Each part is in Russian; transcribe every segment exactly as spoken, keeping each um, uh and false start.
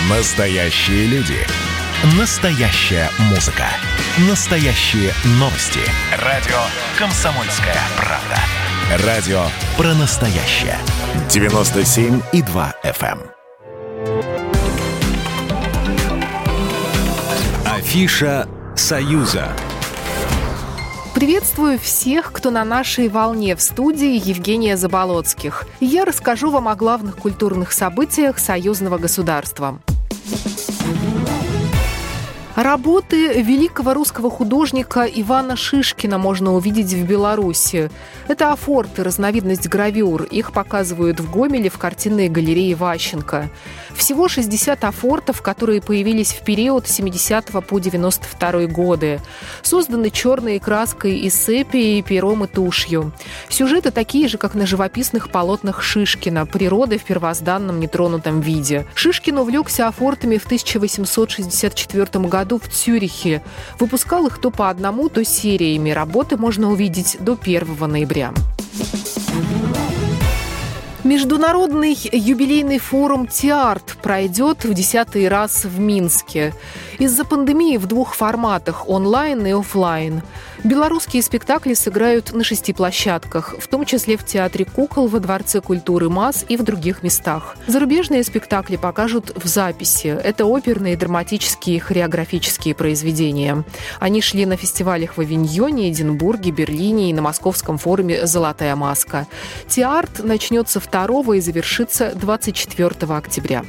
Настоящие люди. Настоящая музыка. Настоящие новости. Радио «Комсомольская правда». Радио про настоящее. девяносто семь и два эф эм. Афиша «Союза». Приветствую всех, кто на нашей волне. В студии Евгения Заболоцких. Я расскажу вам о главных культурных событиях союзного государства. Работы великого русского художника Ивана Шишкина можно увидеть в Беларуси. Это афорты, разновидность гравюр. Их показывают в Гомеле в картинной галерее Ващенко. Всего шестьдесят афортов, которые появились в период с семидесятого по девяносто второй годы. Созданы черной краской из сепии, пером и тушью. Сюжеты такие же, как на живописных полотнах Шишкина. Природа в первозданном нетронутом виде. Шишкин увлекся афортами в тысяча восемьсот шестьдесят четвёртом году в Цюрихе. Выпускал их то по одному, то сериями. Работы можно увидеть до первого ноября. Международный юбилейный форум «Тиарт» пройдет в десятый раз в Минске. Из-за пандемии в двух форматах – онлайн и офлайн. Белорусские спектакли сыграют на шести площадках, в том числе в Театре кукол, во Дворце культуры МАС и в других местах. Зарубежные спектакли покажут в записи. Это оперные, драматические и хореографические произведения. Они шли на фестивалях в Авиньоне, Эдинбурге, Берлине и на московском форуме «Золотая маска». «Тиарт» начнется второго и завершится двадцать четвёртого октября.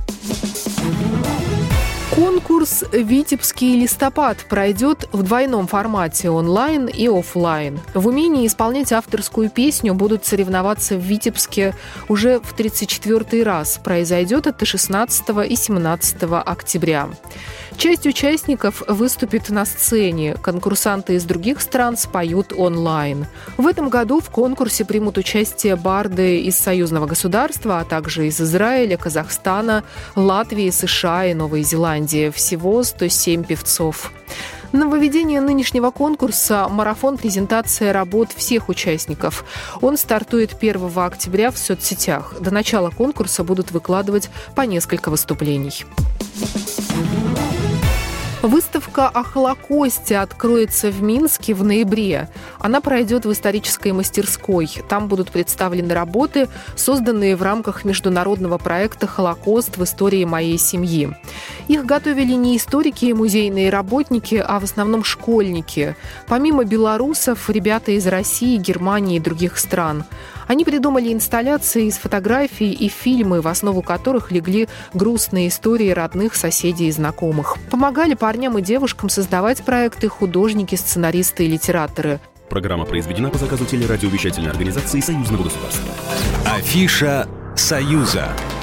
Конкурс «Витебский листопад» пройдет в двойном формате – онлайн и офлайн. В умении исполнять авторскую песню будут соревноваться в Витебске уже в тридцать четвёртый раз. Произойдет это шестнадцатого и семнадцатого октября. Часть участников выступит на сцене. Конкурсанты из других стран споют онлайн. В этом году в конкурсе примут участие барды из союзного государства, а также из Израиля, Казахстана, Латвии, США и Новой Зеландии. Всего сто семь певцов. Нововведение нынешнего конкурса – марафон-презентация работ всех участников. Он стартует первого октября в соцсетях. До начала конкурса будут выкладывать по несколько выступлений. Выставка о Холокосте откроется в Минске в ноябре. Она пройдет в исторической мастерской. Там будут представлены работы, созданные в рамках международного проекта «Холокост в истории моей семьи». Их готовили не историки и музейные работники, а в основном школьники. Помимо белорусов, ребята из России, Германии и других стран. Они придумали инсталляции из фотографий и фильмы, в основу которых легли грустные истории родных, соседей и знакомых. Помогали парням и девушкам создавать проекты художники, сценаристы и литераторы. Программа произведена по заказу телерадиовещательной организации Союзного государства. Афиша «Союза».